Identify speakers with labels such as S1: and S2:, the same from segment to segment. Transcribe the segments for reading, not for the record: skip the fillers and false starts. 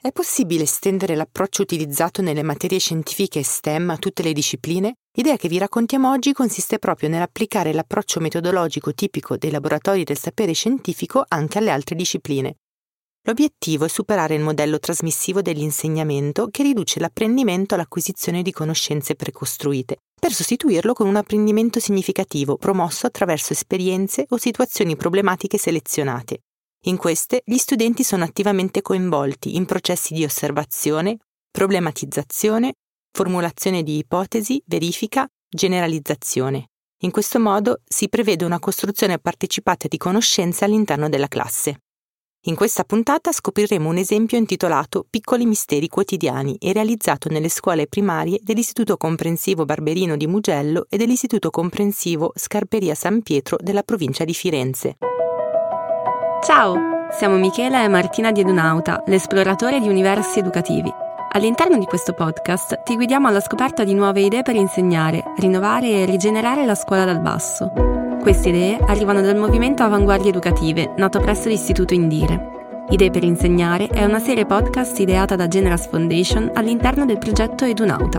S1: È possibile estendere l'approccio utilizzato nelle materie scientifiche e STEM a tutte le discipline? L'idea che vi raccontiamo oggi consiste proprio nell'applicare l'approccio metodologico tipico dei laboratori del sapere scientifico anche alle altre discipline. L'obiettivo è superare il modello trasmissivo dell'insegnamento che riduce l'apprendimento all'acquisizione di conoscenze precostruite, per sostituirlo con un apprendimento significativo promosso attraverso esperienze o situazioni problematiche selezionate. In queste, gli studenti sono attivamente coinvolti in processi di osservazione, problematizzazione, formulazione di ipotesi, verifica, generalizzazione. In questo modo si prevede una costruzione partecipata di conoscenze all'interno della classe. In questa puntata scopriremo un esempio intitolato Piccoli misteri quotidiani e realizzato nelle scuole primarie dell'Istituto Comprensivo Barberino di Mugello e dell'Istituto Comprensivo Scarperia San Pietro della provincia di Firenze.
S2: Ciao, siamo Michela e Martina di Edunauta, l'esploratore di universi educativi. All'interno di questo podcast ti guidiamo alla scoperta di nuove idee per insegnare, rinnovare e rigenerare la scuola dal basso. Queste idee arrivano dal movimento Avanguardie Educative, nato presso l'Istituto Indire. Idee per insegnare è una serie podcast ideata da Generas Foundation all'interno del progetto Edunauta.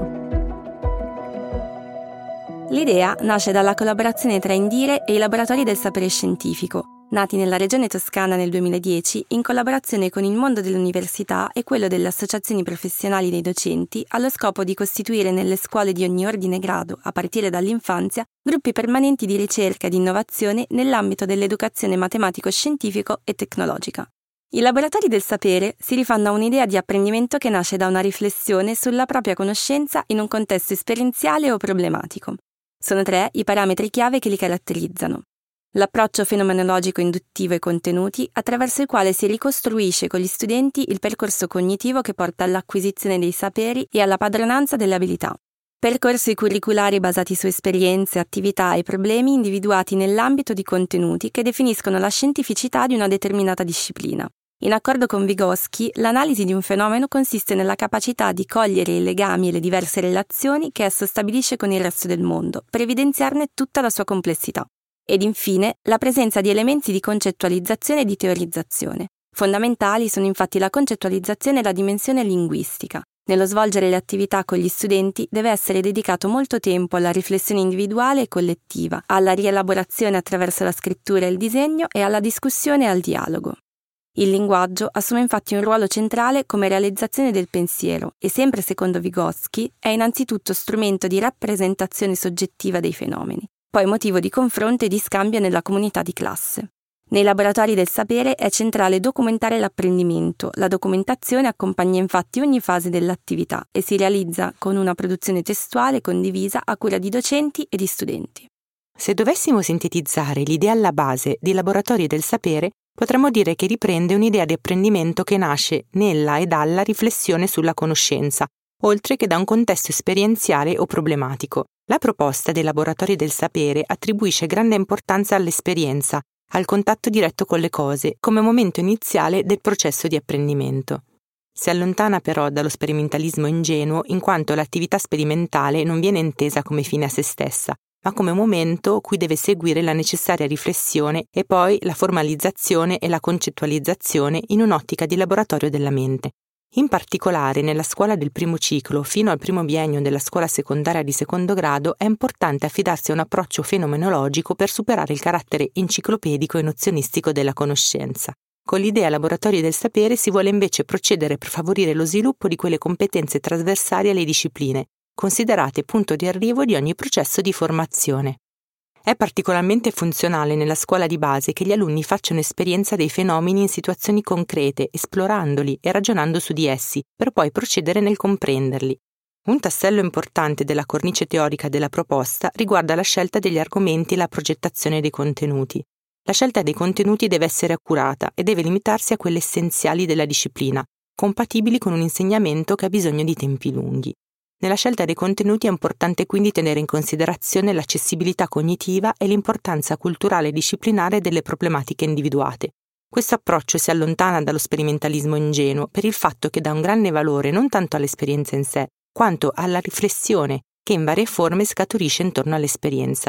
S2: L'idea nasce dalla collaborazione tra Indire e i laboratori del sapere scientifico, nati nella regione toscana nel 2010 in collaborazione con il mondo dell'università e quello delle associazioni professionali dei docenti, allo scopo di costituire nelle scuole di ogni ordine e grado, a partire dall'infanzia, gruppi permanenti di ricerca e di innovazione nell'ambito dell'educazione matematico-scientifico e tecnologica. I laboratori del sapere si rifanno a un'idea di apprendimento che nasce da una riflessione sulla propria conoscenza in un contesto esperienziale o problematico. Sono 3 i parametri chiave che li caratterizzano. L'approccio fenomenologico induttivo ai contenuti, attraverso il quale si ricostruisce con gli studenti il percorso cognitivo che porta all'acquisizione dei saperi e alla padronanza delle abilità. Percorsi curriculari basati su esperienze, attività e problemi individuati nell'ambito di contenuti che definiscono la scientificità di una determinata disciplina. In accordo con Vygotsky, l'analisi di un fenomeno consiste nella capacità di cogliere i legami e le diverse relazioni che esso stabilisce con il resto del mondo, per evidenziarne tutta la sua complessità. Ed infine, la presenza di elementi di concettualizzazione e di teorizzazione. Fondamentali sono infatti la concettualizzazione e la dimensione linguistica. Nello svolgere le attività con gli studenti deve essere dedicato molto tempo alla riflessione individuale e collettiva, alla rielaborazione attraverso la scrittura e il disegno e alla discussione e al dialogo. Il linguaggio assume infatti un ruolo centrale come realizzazione del pensiero e, sempre secondo Vygotsky, è innanzitutto strumento di rappresentazione soggettiva dei fenomeni, poi motivo di confronto e di scambio nella comunità di classe. Nei laboratori del sapere è centrale documentare l'apprendimento. La documentazione accompagna infatti ogni fase dell'attività e si realizza con una produzione testuale condivisa a cura di docenti e di studenti.
S1: Se dovessimo sintetizzare l'idea alla base dei laboratori del sapere, potremmo dire che riprende un'idea di apprendimento che nasce nella e dalla riflessione sulla conoscenza, oltre che da un contesto esperienziale o problematico. La proposta dei laboratori del sapere attribuisce grande importanza all'esperienza, al contatto diretto con le cose, come momento iniziale del processo di apprendimento. Si allontana però dallo sperimentalismo ingenuo, in quanto l'attività sperimentale non viene intesa come fine a se stessa, ma come momento cui deve seguire la necessaria riflessione e poi la formalizzazione e la concettualizzazione in un'ottica di laboratorio della mente. In particolare, nella scuola del primo ciclo, fino al primo biennio della scuola secondaria di secondo grado, è importante affidarsi a un approccio fenomenologico per superare il carattere enciclopedico e nozionistico della conoscenza. Con l'idea laboratori del sapere si vuole invece procedere per favorire lo sviluppo di quelle competenze trasversali alle discipline, considerate punto di arrivo di ogni processo di formazione. È particolarmente funzionale nella scuola di base che gli alunni facciano esperienza dei fenomeni in situazioni concrete, esplorandoli e ragionando su di essi, per poi procedere nel comprenderli. Un tassello importante della cornice teorica della proposta riguarda la scelta degli argomenti e la progettazione dei contenuti. La scelta dei contenuti deve essere accurata e deve limitarsi a quelle essenziali della disciplina, compatibili con un insegnamento che ha bisogno di tempi lunghi. Nella scelta dei contenuti è importante quindi tenere in considerazione l'accessibilità cognitiva e l'importanza culturale e disciplinare delle problematiche individuate. Questo approccio si allontana dallo sperimentalismo ingenuo per il fatto che dà un grande valore non tanto all'esperienza in sé, quanto alla riflessione che in varie forme scaturisce intorno all'esperienza.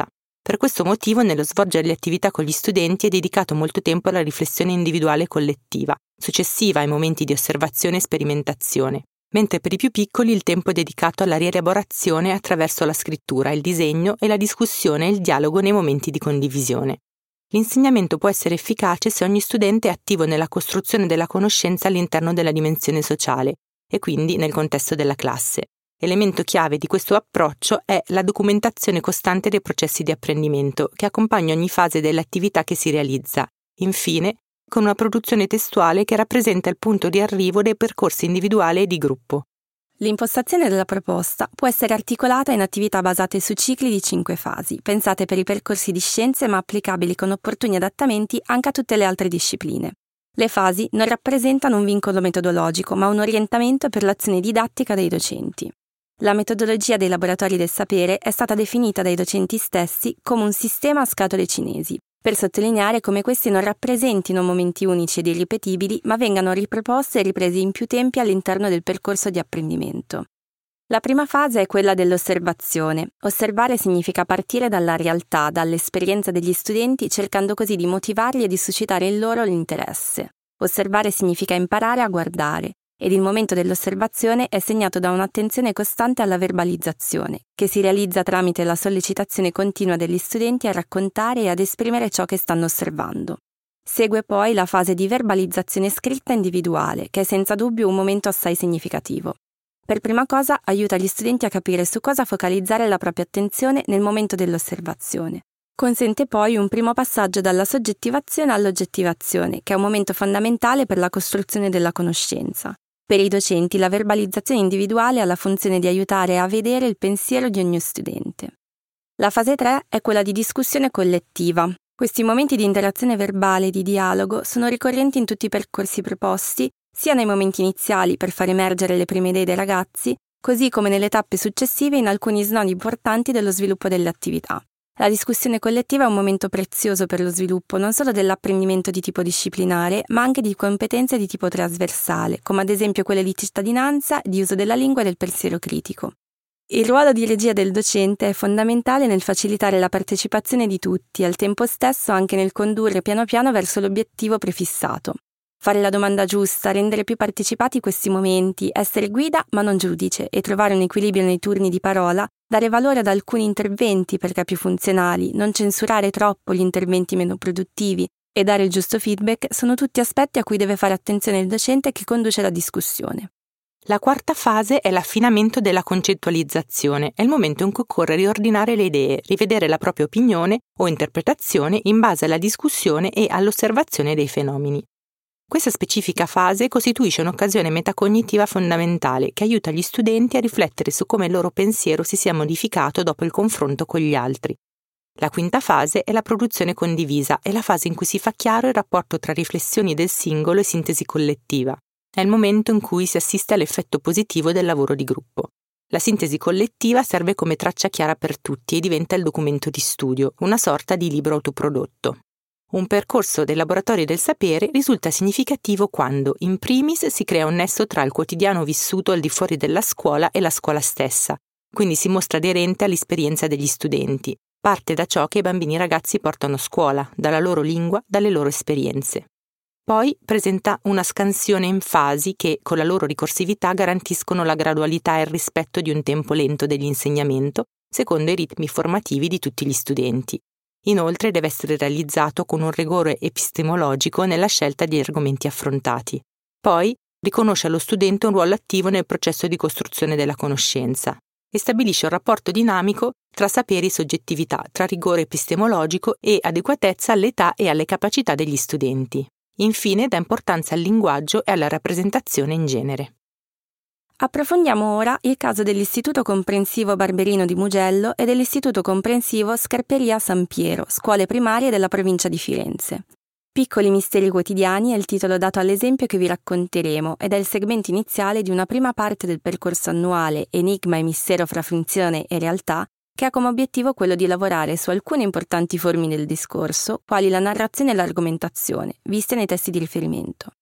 S1: Per questo motivo, nello svolgere le attività con gli studenti è dedicato molto tempo alla riflessione individuale e collettiva, successiva ai momenti di osservazione e sperimentazione, mentre per i più piccoli il tempo è dedicato alla rielaborazione attraverso la scrittura, il disegno e la discussione e il dialogo nei momenti di condivisione. L'insegnamento può essere efficace se ogni studente è attivo nella costruzione della conoscenza all'interno della dimensione sociale e quindi nel contesto della classe. Elemento chiave di questo approccio è la documentazione costante dei processi di apprendimento che accompagna ogni fase dell'attività che si realizza. Infine, con una produzione testuale che rappresenta il punto di arrivo dei percorsi individuali e di gruppo.
S2: L'impostazione della proposta può essere articolata in attività basate su cicli di 5 fasi, pensate per i percorsi di scienze ma applicabili con opportuni adattamenti anche a tutte le altre discipline. Le fasi non rappresentano un vincolo metodologico, ma un orientamento per l'azione didattica dei docenti. La metodologia dei laboratori del sapere è stata definita dai docenti stessi come un sistema a scatole cinesi, per sottolineare come questi non rappresentino momenti unici ed irripetibili, ma vengano riproposti e ripresi in più tempi all'interno del percorso di apprendimento. La prima fase è quella dell'osservazione. Osservare significa partire dalla realtà, dall'esperienza degli studenti, cercando così di motivarli e di suscitare in loro l'interesse. Osservare significa imparare a guardare. Ed il momento dell'osservazione è segnato da un'attenzione costante alla verbalizzazione, che si realizza tramite la sollecitazione continua degli studenti a raccontare e ad esprimere ciò che stanno osservando. Segue poi la fase di verbalizzazione scritta individuale, che è senza dubbio un momento assai significativo. Per prima cosa aiuta gli studenti a capire su cosa focalizzare la propria attenzione nel momento dell'osservazione. Consente poi un primo passaggio dalla soggettivazione all'oggettivazione, che è un momento fondamentale per la costruzione della conoscenza. Per i docenti la verbalizzazione individuale ha la funzione di aiutare a vedere il pensiero di ogni studente. La fase 3 è quella di discussione collettiva. Questi momenti di interazione verbale e di dialogo sono ricorrenti in tutti i percorsi proposti, sia nei momenti iniziali per far emergere le prime idee dei ragazzi, così come nelle tappe successive in alcuni snodi importanti dello sviluppo delle attività. La discussione collettiva è un momento prezioso per lo sviluppo non solo dell'apprendimento di tipo disciplinare, ma anche di competenze di tipo trasversale, come ad esempio quelle di cittadinanza, di uso della lingua e del pensiero critico. Il ruolo di regia del docente è fondamentale nel facilitare la partecipazione di tutti, al tempo stesso anche nel condurre piano piano verso l'obiettivo prefissato. Fare la domanda giusta, rendere più partecipati questi momenti, essere guida ma non giudice e trovare un equilibrio nei turni di parola, dare valore ad alcuni interventi perché più funzionali, non censurare troppo gli interventi meno produttivi e dare il giusto feedback sono tutti aspetti a cui deve fare attenzione il docente che conduce la discussione.
S1: La quarta fase è l'affinamento della concettualizzazione, è il momento in cui occorre riordinare le idee, rivedere la propria opinione o interpretazione in base alla discussione e all'osservazione dei fenomeni. Questa specifica fase costituisce un'occasione metacognitiva fondamentale che aiuta gli studenti a riflettere su come il loro pensiero si sia modificato dopo il confronto con gli altri. La quinta fase è la produzione condivisa, è la fase in cui si fa chiaro il rapporto tra riflessioni del singolo e sintesi collettiva. È il momento in cui si assiste all'effetto positivo del lavoro di gruppo. La sintesi collettiva serve come traccia chiara per tutti e diventa il documento di studio, una sorta di libro autoprodotto. Un percorso dei laboratori del sapere risulta significativo quando, in primis, si crea un nesso tra il quotidiano vissuto al di fuori della scuola e la scuola stessa, quindi si mostra aderente all'esperienza degli studenti. Parte da ciò che i bambini e ragazzi portano a scuola, dalla loro lingua, dalle loro esperienze. Poi presenta una scansione in fasi che, con la loro ricorsività, garantiscono la gradualità e il rispetto di un tempo lento dell'insegnamento, secondo i ritmi formativi di tutti gli studenti. Inoltre deve essere realizzato con un rigore epistemologico nella scelta di argomenti affrontati. Poi riconosce allo studente un ruolo attivo nel processo di costruzione della conoscenza e stabilisce un rapporto dinamico tra saperi e soggettività, tra rigore epistemologico e adeguatezza all'età e alle capacità degli studenti. Infine dà importanza al linguaggio e alla rappresentazione in genere.
S2: Approfondiamo ora il caso dell'Istituto Comprensivo Barberino di Mugello e dell'Istituto Comprensivo Scarperia San Piero, scuole primarie della provincia di Firenze. Piccoli misteri quotidiani è il titolo dato all'esempio che vi racconteremo ed è il segmento iniziale di una prima parte del percorso annuale Enigma e mistero fra finzione e realtà, che ha come obiettivo quello di lavorare su alcune importanti forme del discorso, quali la narrazione e l'argomentazione, viste nei testi di riferimento.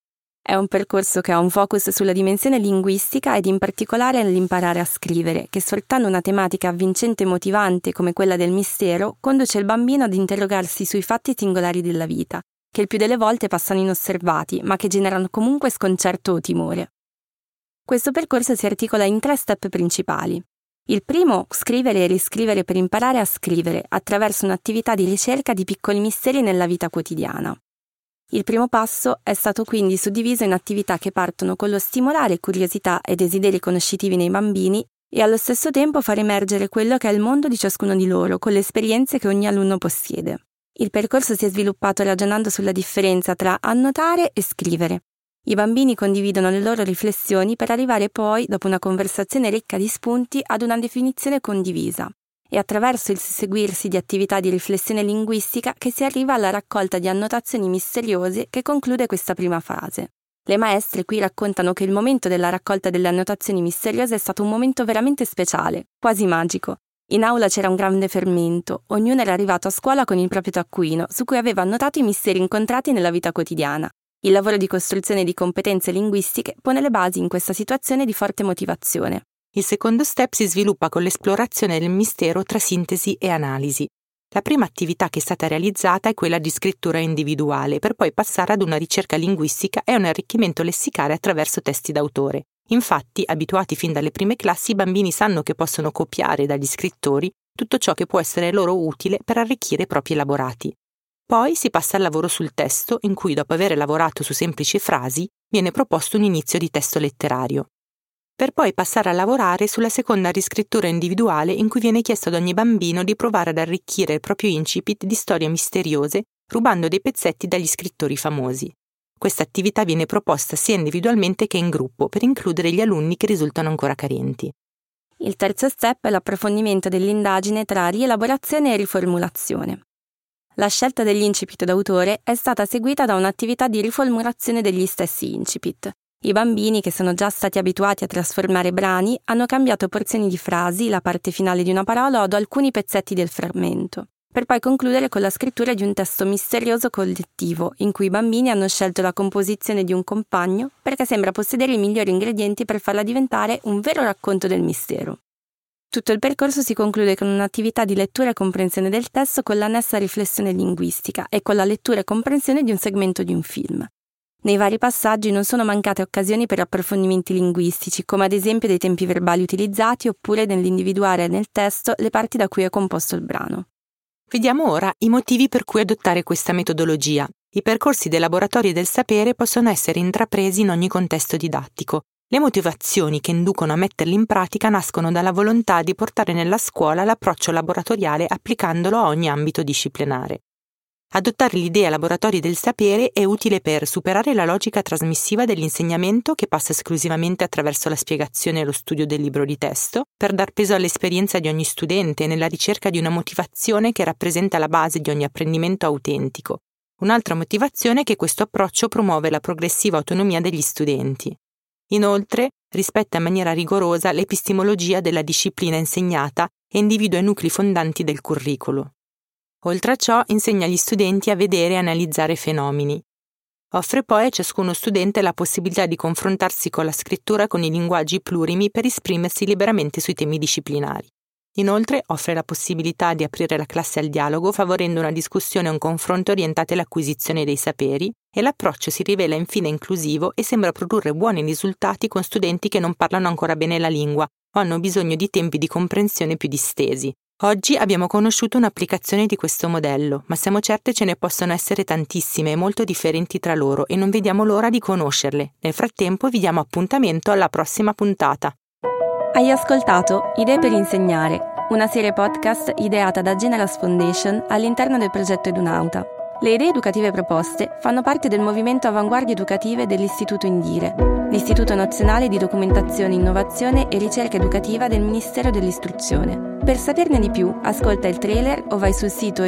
S2: È un percorso che ha un focus sulla dimensione linguistica ed in particolare nell'imparare a scrivere, che sfruttando una tematica avvincente e motivante come quella del mistero, conduce il bambino ad interrogarsi sui fatti singolari della vita, che il più delle volte passano inosservati, ma che generano comunque sconcerto o timore. Questo percorso si articola in 3 step principali. Il primo, scrivere e riscrivere per imparare a scrivere, attraverso un'attività di ricerca di piccoli misteri nella vita quotidiana. Il primo passo è stato quindi suddiviso in attività che partono con lo stimolare curiosità e desideri conoscitivi nei bambini e allo stesso tempo far emergere quello che è il mondo di ciascuno di loro, con le esperienze che ogni alunno possiede. Il percorso si è sviluppato ragionando sulla differenza tra annotare e scrivere. I bambini condividono le loro riflessioni per arrivare poi, dopo una conversazione ricca di spunti, ad una definizione condivisa. E attraverso il susseguirsi di attività di riflessione linguistica che si arriva alla raccolta di annotazioni misteriose che conclude questa prima fase. Le maestre qui raccontano che il momento della raccolta delle annotazioni misteriose è stato un momento veramente speciale, quasi magico. In aula c'era un grande fermento, ognuno era arrivato a scuola con il proprio taccuino, su cui aveva annotato i misteri incontrati nella vita quotidiana. Il lavoro di costruzione di competenze linguistiche pone le basi in questa situazione di forte motivazione.
S1: Il secondo step si sviluppa con l'esplorazione del mistero tra sintesi e analisi. La prima attività che è stata realizzata è quella di scrittura individuale, per poi passare ad una ricerca linguistica e un arricchimento lessicale attraverso testi d'autore. Infatti, abituati fin dalle prime classi, i bambini sanno che possono copiare dagli scrittori tutto ciò che può essere loro utile per arricchire i propri elaborati. Poi si passa al lavoro sul testo, in cui dopo aver lavorato su semplici frasi, viene proposto un inizio di testo letterario. Per poi passare a lavorare sulla seconda riscrittura individuale in cui viene chiesto ad ogni bambino di provare ad arricchire il proprio incipit di storie misteriose, rubando dei pezzetti dagli scrittori famosi. Questa attività viene proposta sia individualmente che in gruppo per includere gli alunni che risultano ancora carenti.
S2: Il terzo step è l'approfondimento dell'indagine tra rielaborazione e riformulazione. La scelta degli incipit d'autore è stata seguita da un'attività di riformulazione degli stessi incipit. I bambini, che sono già stati abituati a trasformare brani, hanno cambiato porzioni di frasi, la parte finale di una parola o alcuni pezzetti del frammento, per poi concludere con la scrittura di un testo misterioso collettivo, in cui i bambini hanno scelto la composizione di un compagno perché sembra possedere i migliori ingredienti per farla diventare un vero racconto del mistero. Tutto il percorso si conclude con un'attività di lettura e comprensione del testo con l'annessa riflessione linguistica e con la lettura e comprensione di un segmento di un film. Nei vari passaggi non sono mancate occasioni per approfondimenti linguistici, come ad esempio dei tempi verbali utilizzati oppure nell'individuare nel testo le parti da cui è composto il brano.
S1: Vediamo ora i motivi per cui adottare questa metodologia. I percorsi dei laboratori del sapere possono essere intrapresi in ogni contesto didattico. Le motivazioni che inducono a metterli in pratica nascono dalla volontà di portare nella scuola l'approccio laboratoriale applicandolo a ogni ambito disciplinare. Adottare l'idea laboratori del sapere è utile per superare la logica trasmissiva dell'insegnamento che passa esclusivamente attraverso la spiegazione e lo studio del libro di testo, per dar peso all'esperienza di ogni studente nella ricerca di una motivazione che rappresenta la base di ogni apprendimento autentico. Un'altra motivazione è che questo approccio promuove la progressiva autonomia degli studenti. Inoltre, rispetta in maniera rigorosa l'epistemologia della disciplina insegnata e individua i nuclei fondanti del curriculum. Oltre a ciò, insegna agli studenti a vedere e analizzare fenomeni. Offre poi a ciascuno studente la possibilità di confrontarsi con la scrittura con i linguaggi plurimi per esprimersi liberamente sui temi disciplinari. Inoltre, offre la possibilità di aprire la classe al dialogo, favorendo una discussione e un confronto orientati all'acquisizione dei saperi, e l'approccio si rivela infine inclusivo e sembra produrre buoni risultati con studenti che non parlano ancora bene la lingua o hanno bisogno di tempi di comprensione più distesi. Oggi abbiamo conosciuto un'applicazione di questo modello, ma siamo certe ce ne possono essere tantissime e molto differenti tra loro e non vediamo l'ora di conoscerle. Nel frattempo vi diamo appuntamento alla prossima puntata.
S2: Hai ascoltato Idee per insegnare, una serie podcast ideata da Generas Foundation all'interno del progetto Edunauta. Le idee educative proposte fanno parte del movimento Avanguardie Educative dell'Istituto Indire, l'Istituto Nazionale di Documentazione, Innovazione e Ricerca Educativa del Ministero dell'Istruzione. Per saperne di più, ascolta il trailer o vai sul sito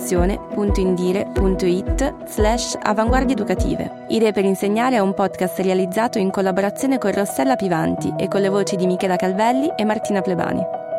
S2: innovazione.indire.it/avanguardie educative. Idee per insegnare è un podcast realizzato in collaborazione con Rossella Pivanti e con le voci di Michela Calvelli e Martina Plebani.